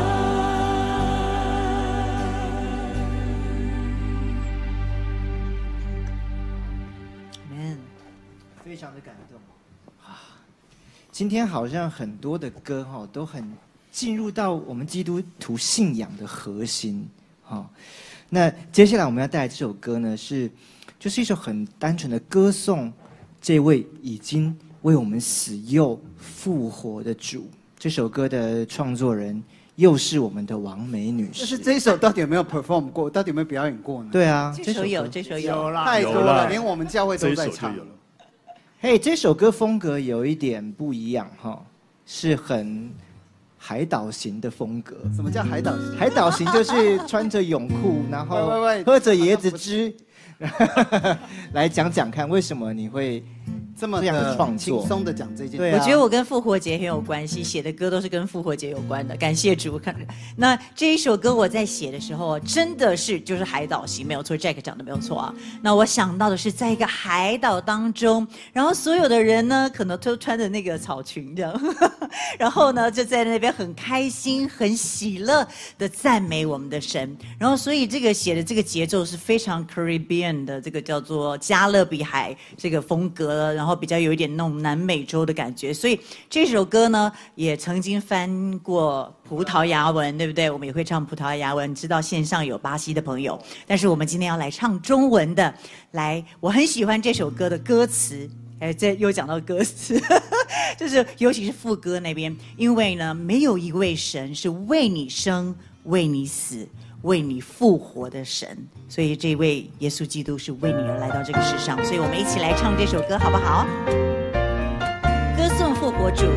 Speaker 4: 非常的感动啊！今天好像很多的歌哈都很进入到我们基督徒信仰的核心哈。那接下来我们要带来这首歌呢，就是一首很单纯的歌颂这位已经为我们死又复活的主。这首歌的创作人又是我们的王美女士。
Speaker 2: 就是这一首到底有没有 perform 过？到底有没有表演过呢？
Speaker 4: 对啊，
Speaker 5: 这首有，这首有
Speaker 2: 太多了，连我们教会都在唱。
Speaker 4: 嘿，这首歌风格有一点不一样哈，是很海岛型的风格。
Speaker 2: 什么叫海岛型？
Speaker 4: 海岛型就是穿着泳裤，然后喝着椰子汁。来讲讲看，为什么你会
Speaker 2: 这么轻松的讲这件事？
Speaker 5: 我觉得我跟复活节很有关系，写的歌都是跟复活节有关的。感谢主。那这一首歌我在写的时候，真的是就是海岛型，没有错。Jack 讲的没有错啊。那我想到的是，在一个海岛当中，然后所有的人呢，可能都穿着那个草裙这样，然后呢，就在那边很开心、很喜乐的赞美我们的神。然后，所以这个写的这个节奏是非常 Caribbean 的，这个叫做加勒比海这个风格，然后比较有一点那种南美洲的感觉，所以这首歌呢也曾经翻过葡萄牙文，对不对？我们也会唱葡萄牙文，知道线上有巴西的朋友，但是我们今天要来唱中文的。来，我很喜欢这首歌的歌词，这又讲到歌词，就是尤其是副歌那边，因为呢，没有一位神是为你生、为你死、为你复活的神，所以这位耶稣基督是为你而来到这个世上，所以我们一起来唱这首歌好不好？歌颂复活主。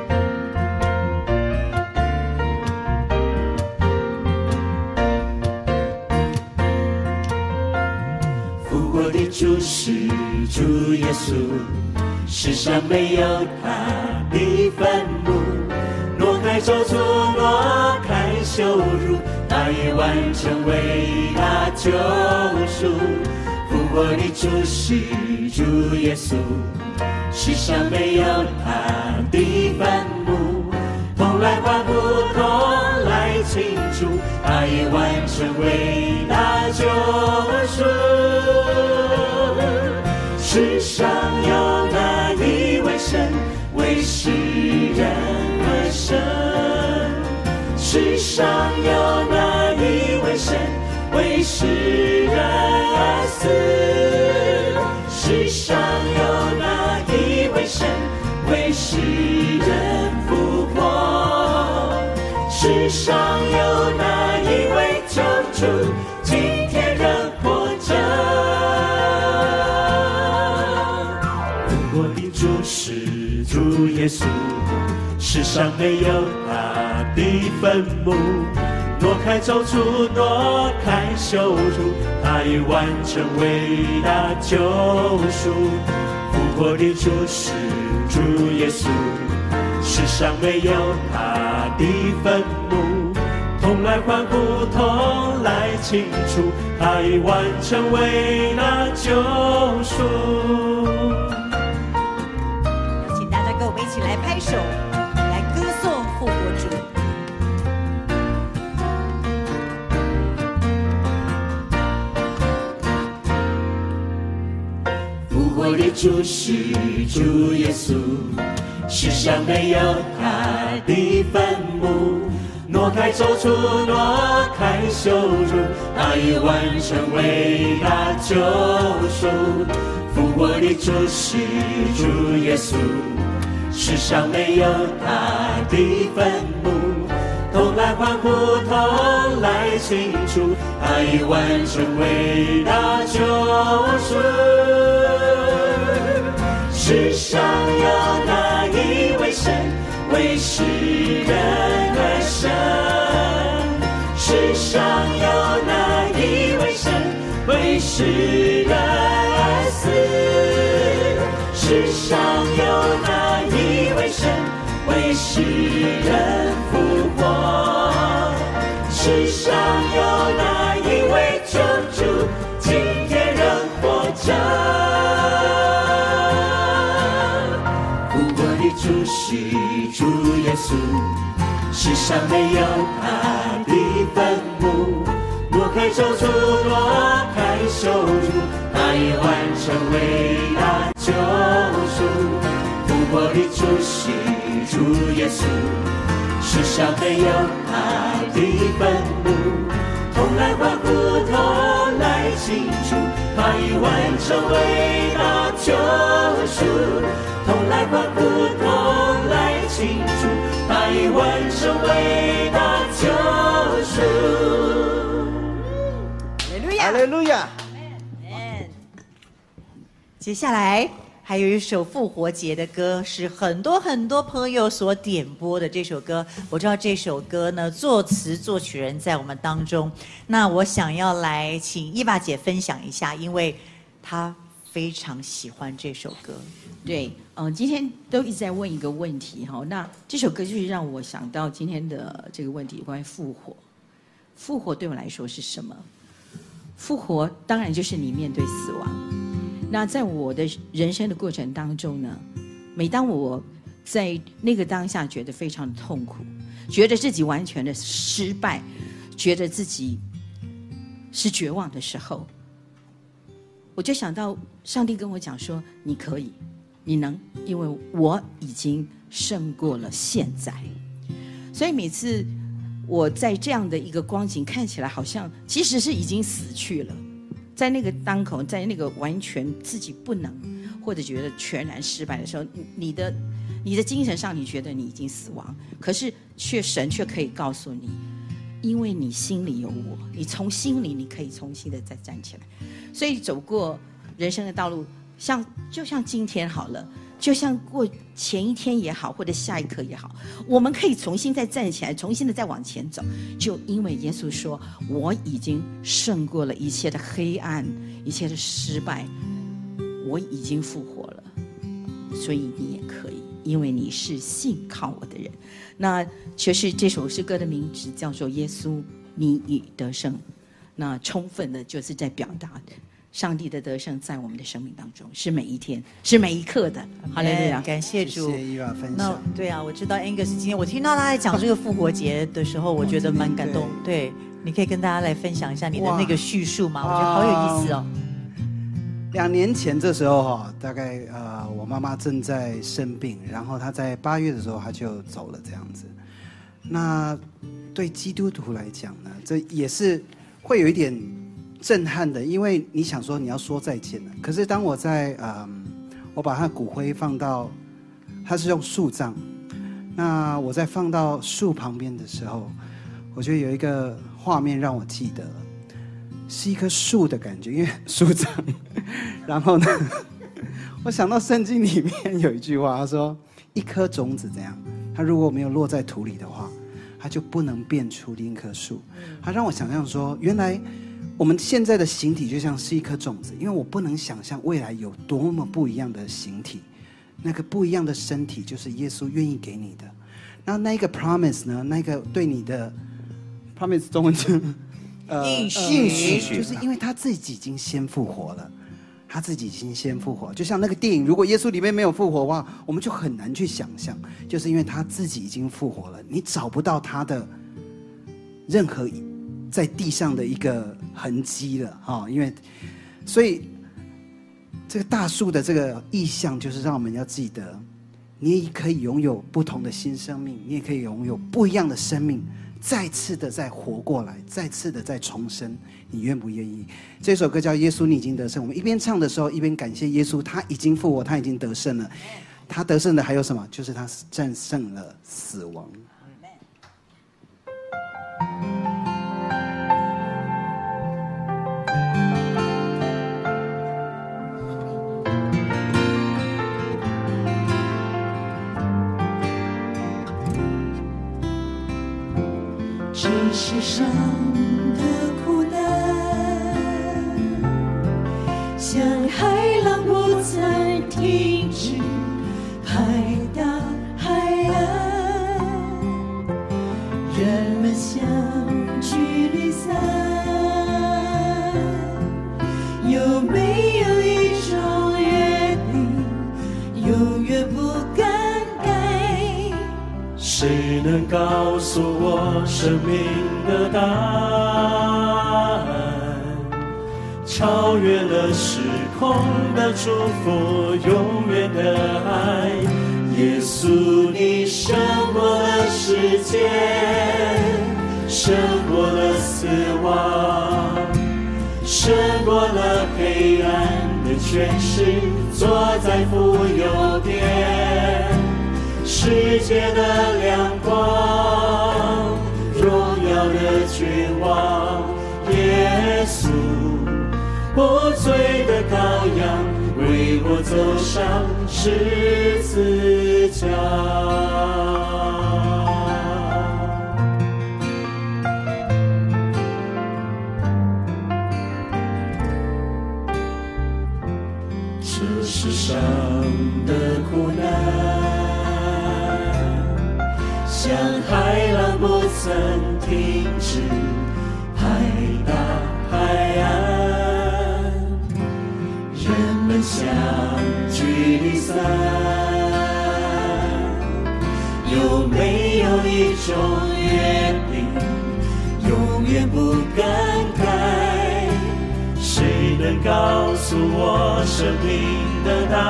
Speaker 7: 复活的主是主耶稣，世上没有他的坟墓，挪开咒诅，挪开羞辱，他已完成伟大救赎。复活的主是主耶稣，世上没有他的坟墓，同来欢呼，同来庆祝，他已完成伟大救赎。世上有哪一位神为世人而生？世上有哪一位神为世人而死？世上有哪一位神为世人复活？世上有哪一位救主今天仍活着？复活的主是主耶稣，世上没有他的坟墓，挪开咒诅，挪开羞辱，他已完成伟大救赎。复活的主是主耶稣，世上没有他的坟墓，同来欢呼，同来庆祝，他已完成伟大救赎。
Speaker 5: 请大家跟我们一起来拍手，来歌颂复活主。
Speaker 7: 复活的主是主耶稣，世上没有他的坟墓，挪开咒诅，挪开羞辱，他已完成伟大救赎。复活的主是主耶稣，世上没有他的坟墓，同来欢呼，同来庆祝，他已完成伟大救赎。世上有哪一位神为世人而生？世上有哪一位神为世人而死？世上有哪一位神为世人复活？世上有哪一位救主今天仍活着？主是主耶稣，世上没有他的坟墓，挪开咒诅，挪开羞辱，他已完成伟大救赎。复活的主是主耶稣，世上没有他的坟墓，同来欢呼，同来庆祝，他已完成伟大救赎。同来欢呼，同来庆祝，他已完成伟大救赎。
Speaker 5: 哈利路亚，
Speaker 4: 哈利路亚。
Speaker 5: 接下来还有一首复活节的歌，是很多很多朋友所点播的这首歌。我知道这首歌呢，作词作曲人在我们当中。那我想要来请伊娃姐分享一下，因为她非常喜欢这首歌。
Speaker 10: 对，今天都一直在问一个问题哈，那这首歌就是让我想到今天的这个问题，关于复活。复活对我来说是什么？复活当然就是你面对死亡。那在我的人生的过程当中呢，每当我在那个当下觉得非常的痛苦，觉得自己完全的失败，觉得自己是绝望的时候，我就想到上帝跟我讲说，你可以，你能，因为我已经胜过了现在。所以每次我在这样的一个光景看起来好像其实是已经死去了，在那个当口，在那个完全自己不能或者觉得全然失败的时候，你的精神上你觉得你已经死亡，可是神却可以告诉你，因为你心里有我，你从心里你可以重新的再站起来。所以走过人生的道路，就像今天好了，就像过前一天也好，或者下一刻也好，我们可以重新再站起来，重新的再往前走，就因为耶稣说，我已经胜过了一切的黑暗，一切的失败，我已经复活了，所以你也可以，因为你是信靠我的人。那就是这首诗歌的名字叫做耶稣你已得胜，那充分的就是在表达上帝的得胜在我们的生命当中，是每一天，是每一刻的。好嘞，
Speaker 5: 感谢主。
Speaker 2: 谢谢伊娃分享。
Speaker 5: 那对啊，我知道 Angus 今天我听到他在讲这个复活节的时候，我觉得蛮感动。对，你可以跟大家来分享一下你的那个叙述吗？我觉得好有意思哦。
Speaker 2: 2年前这时候哈，大概我妈妈正在生病，然后她在8月的时候她就走了这样子。那对基督徒来讲呢，这也是会有一点震撼的，因为你想说你要说再见了，可是当我在我把他骨灰放到，他是用树葬，那我在放到树旁边的时候，我觉得有一个画面让我记得，是一棵树的感觉，因为树葬。然后呢，我想到圣经里面有一句话，他说一颗种子怎样，它如果没有落在土里的话，它就不能变出另一棵树。它让我想象说，原来我们现在的形体就像是一颗种子，因为我不能想象未来有多么不一样的形体，那个不一样的身体就是耶稣愿意给你的。那一个 promise 呢，那个对你的 promise 中文就
Speaker 5: 应许，
Speaker 2: 就是因为他自己已经先复活了，他自己已经先复活，就像那个电影，如果耶稣里面没有复活的话，我们就很难去想象，就是因为他自己已经复活了，你找不到他的任何在地上的一个痕迹了哈，因为所以这个大树的这个意象就是让我们要记得，你也可以拥有不同的新生命，你也可以拥有不一样的生命，再次的再活过来，再次的再重生，你愿不愿意？这首歌叫《耶稣你已经得胜》，我们一边唱的时候一边感谢耶稣，他已经复活，他已经得胜了。他得胜的还有什么？就是他战胜了死亡。
Speaker 9: 这世上的苦难，像海浪不再停止拍打海岸，人们相聚离散，有没有一种约定永远不更改？
Speaker 11: 谁能告诉我生命的答案？超越了时空的祝福，永远的爱。耶稣，你胜过了世界，胜过了死亡，胜过了黑暗的权势，坐在父右边。世界的亮光，荣耀的君王，耶稣，无罪的羔羊，为
Speaker 7: 为我走上十字架。这世上的苦难，像海浪不曾停止，海大海岸，人们相聚离散，有没有一种约定永远不更改？谁能告诉我生命的答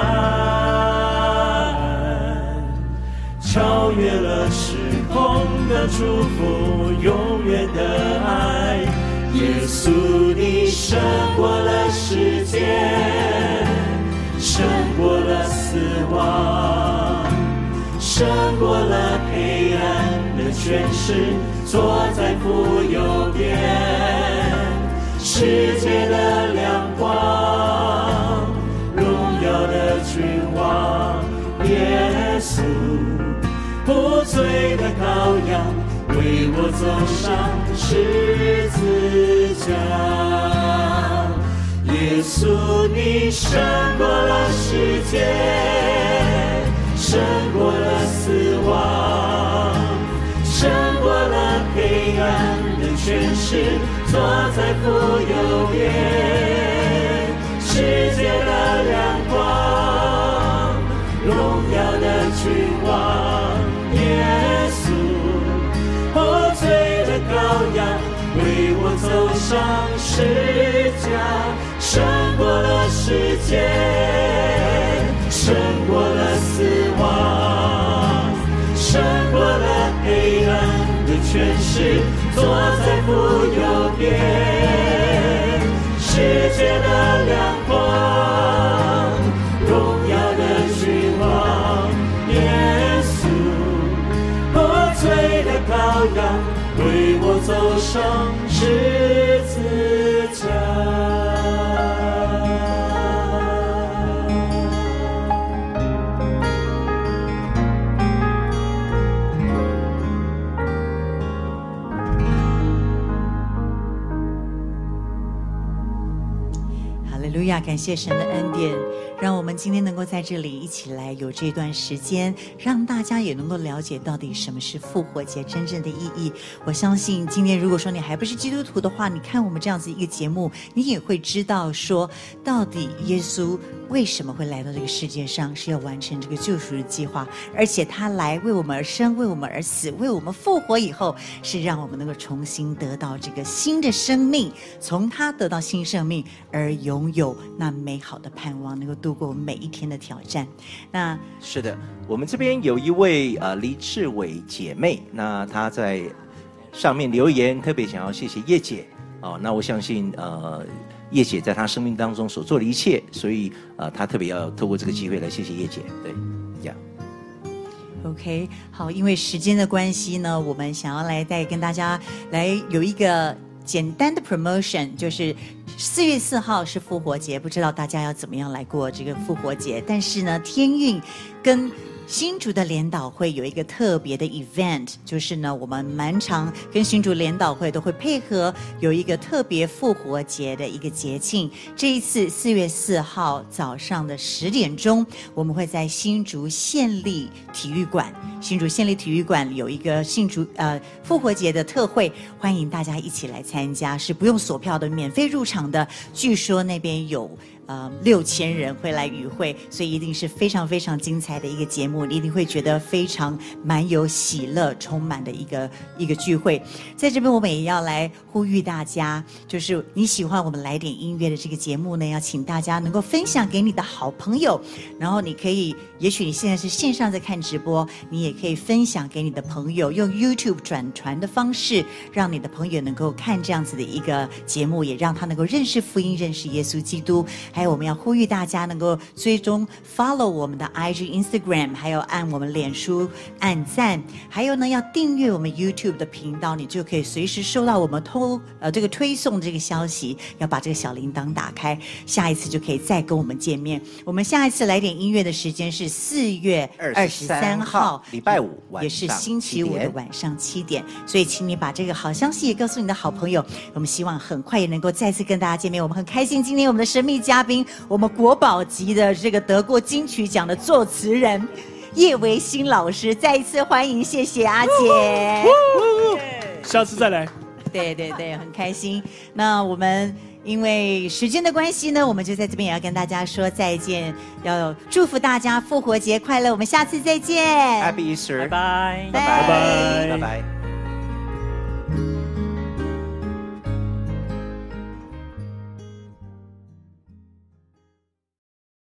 Speaker 7: 案？超越了时空的祝福，永远的爱。耶稣，你胜过了世界，胜过了死亡，胜过了黑暗的权势，坐在父右边，世界的亮光，荣耀的君王，耶稣，不醉的羔羊，为我走上十字架。耶稣，你胜过了世界，胜过了死亡，胜过了黑暗的权势，坐在父右边，世界的亮光，荣耀的君王，耶稣，不醉的羔羊，为我走上十架，胜过了世界，胜过了死亡，胜过了黑暗的权势，坐在父右边，世界的亮光，荣耀的君王，耶稣，不醉的羔羊，为我走上十字架。
Speaker 5: 哈利路亚，感谢神的恩典，让我们今天能够在这里一起来有这段时间，让大家也能够了解到底什么是复活节真正的意义。我相信今天如果说你还不是基督徒的话，你看我们这样子一个节目，你也会知道说到底耶稣为什么会来到这个世界上，是要完成这个救赎的计划，而且他来为我们而生，为我们而死，为我们复活以后，是让我们能够重新得到这个新的生命，从他得到新生命而拥有那美好的盼望，能够度过我们每一天的挑战。那
Speaker 6: 是的，我们这边有一位黎志伟姐妹，那她在上面留言，特别想要谢谢叶姐哦。那我相信叶姐在她生命当中所做的一切，所以她特别要透过这个机会来谢谢叶姐。对，这样。
Speaker 5: OK， 好，因为时间的关系呢，我们想要来再跟大家来有一个简单的 promotion， 就是4月4号是复活节，不知道大家要怎么样来过这个复活节，但是呢，天运跟新竹的联导会有一个特别的 event， 就是呢，我们蛮常跟新竹联导会都会配合有一个特别复活节的一个节庆。这一次4月4号早上的10点钟，我们会在新竹县立体育馆，新竹县立体育馆有一个新竹复活节的特会，欢迎大家一起来参加，是不用锁票的，免费入场的。据说那边有6000人会来与会，所以一定是非常非常精彩的一个节目，你一定会觉得非常蛮有喜乐充满的一个聚会。在这边我们也要来呼吁大家，就是你喜欢我们来点音乐的这个节目呢，要请大家能够分享给你的好朋友，然后你可以，也许你现在是线上在看直播，你也可以分享给你的朋友，用 YouTube 转传的方式，让你的朋友能够看这样子的一个节目，也让他能够认识福音，认识耶稣基督。 还有我们要呼吁大家能够追踪 follow 我们的 IG、Instagram， 还有按我们脸书按赞，还有呢要订阅我们 YouTube 的频道，你就可以随时收到我们这个推送这个消息，要把这个小铃铛打开，下一次就可以再跟我们见面。我们下一次来点音乐的时间是4月23号，
Speaker 6: 礼拜五晚上
Speaker 5: 也是星期五的晚上7点，所以请你把这个好消息也告诉你的好朋友。我们希望很快也能够再次跟大家见面，我们很开心今天我们的神秘嘉宾，我们国宝级的这个得过金曲奖的作词人叶维新老师，再一次欢迎，谢谢阿姐，
Speaker 12: 下次再来。
Speaker 5: 对对对，很开心。那我们因为时间的关系呢，我们就在这边也要跟大家说再见，要祝福大家复活节快乐，我们下次再见
Speaker 6: ，Happy Easter，
Speaker 8: 拜拜，
Speaker 6: 拜拜，拜拜。